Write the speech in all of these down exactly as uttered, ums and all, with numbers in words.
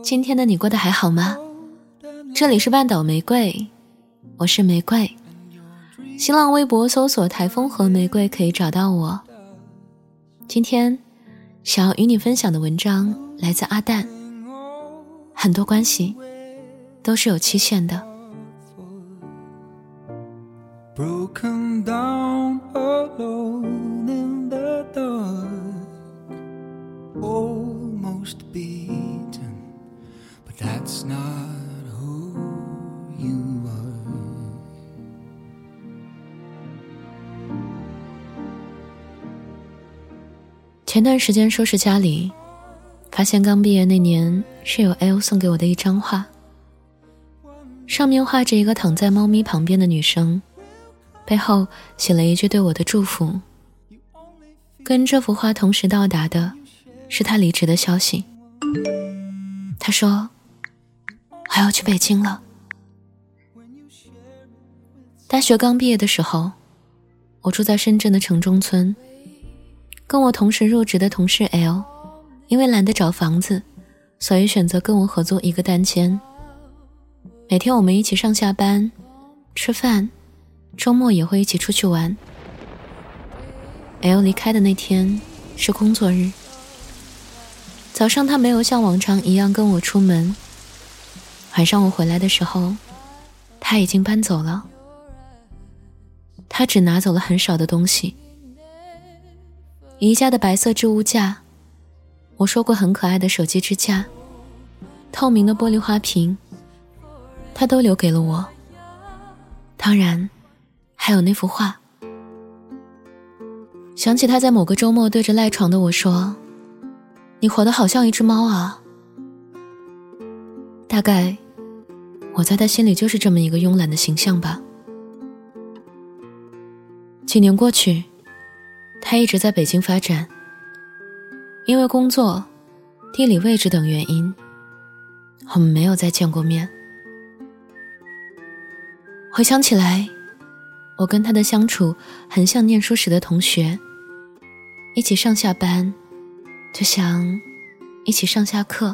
今天的你过得还好吗？这里是半岛玫瑰，我是玫瑰。新浪微博搜索台风和玫瑰可以找到我。今天想要与你分享的文章来自阿蛋。很多关系都是有期限的。 Broken down alone in the dark, almost beaten, but that's not who you are. 前段时间收拾家里，发现刚毕业那年室友 L 送给我的一张画，上面画着一个躺在猫咪旁边的女生，背后写了一句对我的祝福。跟这幅画同时到达的是他离职的消息。他说我要去北京了。大学刚毕业的时候，我住在深圳的城中村，跟我同时入职的同事 L 因为懒得找房子，所以选择跟我合租一个单间。每天我们一起上下班吃饭，周末也会一起出去玩。 L 离开的那天是工作日，早上他没有像往常一样跟我出门，晚上我回来的时候他已经搬走了。他只拿走了很少的东西，宜家的白色置物架，我说过很可爱的手机支架，透明的玻璃花瓶，他都留给了我。当然还有那幅画。想起他在某个周末对着赖床的我说，你活得好像一只猫啊。大概我在他心里就是这么一个慵懒的形象吧。几年过去，他一直在北京发展，因为工作、地理位置等原因，我们没有再见过面。回想起来，我跟他的相处很像念书时的同学，一起上下班，就像一起上下课。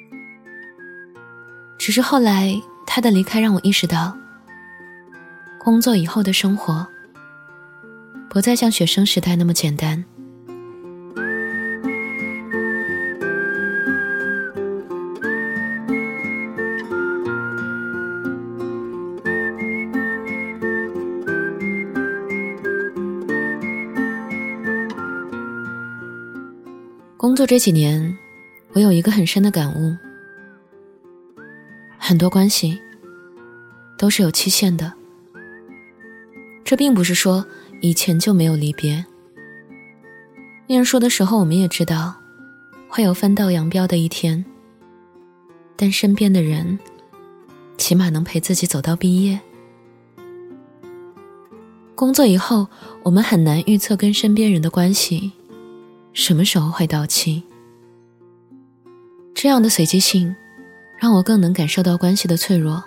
只是后来他的离开让我意识到，工作以后的生活不再像学生时代那么简单。工作这几年，我有一个很深的感悟，很多关系都是有期限的。这并不是说以前就没有离别。念书的时候我们也知道会有分道扬镳的一天，但身边的人起码能陪自己走到毕业。工作以后，我们很难预测跟身边人的关系什么时候会到期。这样的随机性让我更能感受到关系的脆弱。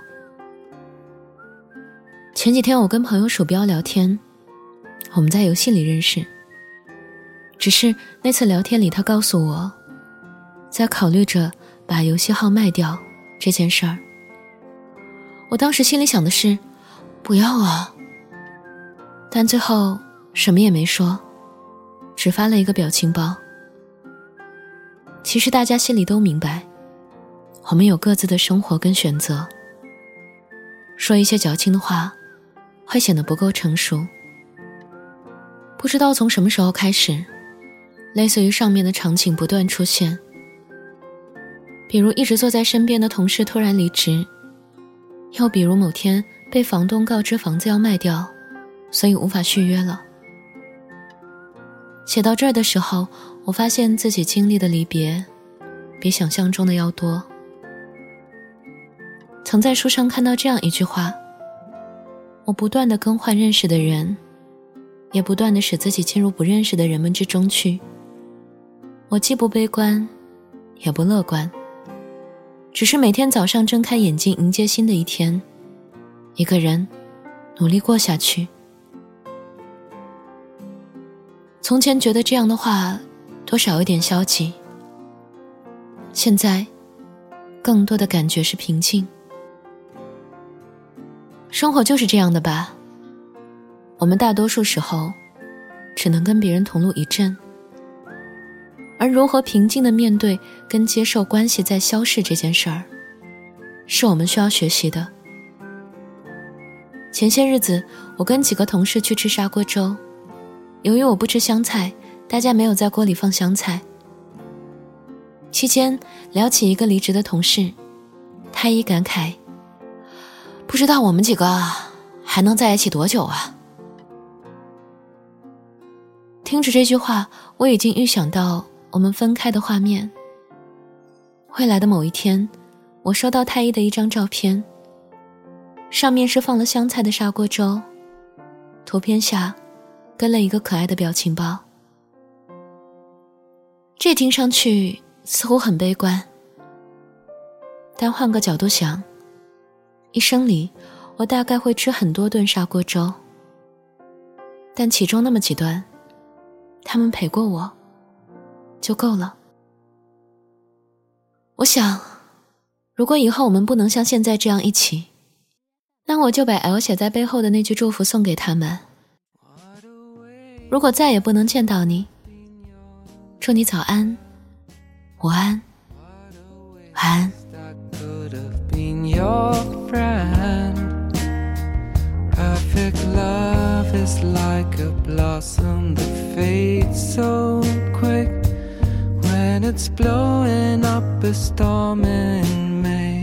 前几天我跟朋友鼠标聊天，我们在游戏里认识，只是那次聊天里他告诉我在考虑着把游戏号卖掉这件事儿。我当时心里想的是不要啊，但最后什么也没说，只发了一个表情包。其实大家心里都明白，我们有各自的生活跟选择，说一些矫情的话会显得不够成熟。不知道从什么时候开始，类似于上面的场景不断出现，比如一直坐在身边的同事突然离职，又比如某天被房东告知房子要卖掉，所以无法续约了。写到这儿的时候，我发现自己经历的离别比想象中的要多。曾在书上看到这样一句话，我不断地更换认识的人，也不断地使自己进入不认识的人们之中去。我既不悲观，也不乐观，只是每天早上睁开眼睛迎接新的一天，一个人努力过下去。从前觉得这样的话多少有点消极，现在更多的感觉是平静。生活就是这样的吧，我们大多数时候只能跟别人同路一阵，而如何平静地面对跟接受关系在消逝这件事儿，是我们需要学习的。前些日子我跟几个同事去吃砂锅粥，由于我不吃香菜，大家没有在锅里放香菜。期间聊起一个离职的同事，太医感慨，不知道我们几个还能在一起多久啊。听着这句话，我已经预想到我们分开的画面。未来的某一天，我收到太医的一张照片，上面是放了香菜的砂锅粥，图片下跟了一个可爱的表情包。这听上去似乎很悲观，但换个角度想，一生里我大概会吃很多顿砂锅粥，但其中那么几顿，他们陪过我就够了。我想，如果以后我们不能像现在这样一起，那我就把 L 写在背后的那句祝福送给他们。如果再也不能见到你，祝你早安、午安、晚安。 Perfect love is like a blossom that fades so quick when it's blowing up a storm in May.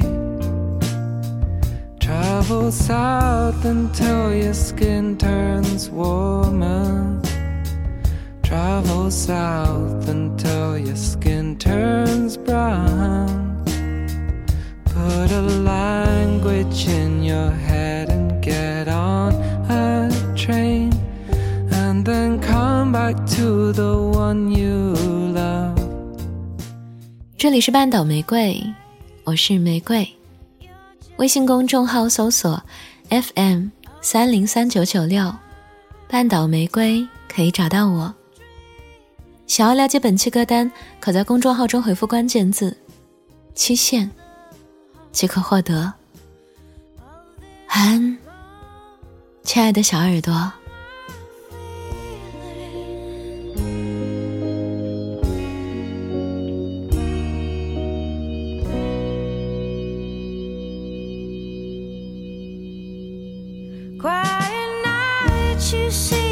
Travel south until your skin turns warmer. Travel south until your skin turns brown. Put a language in your head and get on a train, and then come back to the one you love. 这里是半岛玫瑰，我是玫瑰。微信公众号搜索 F M 三零三九九六，半岛玫瑰可以找到我。想要了解本期歌单，可在公众号中回复关键字期限即可获得。晚安，亲爱的小耳朵。 Quiet night, you see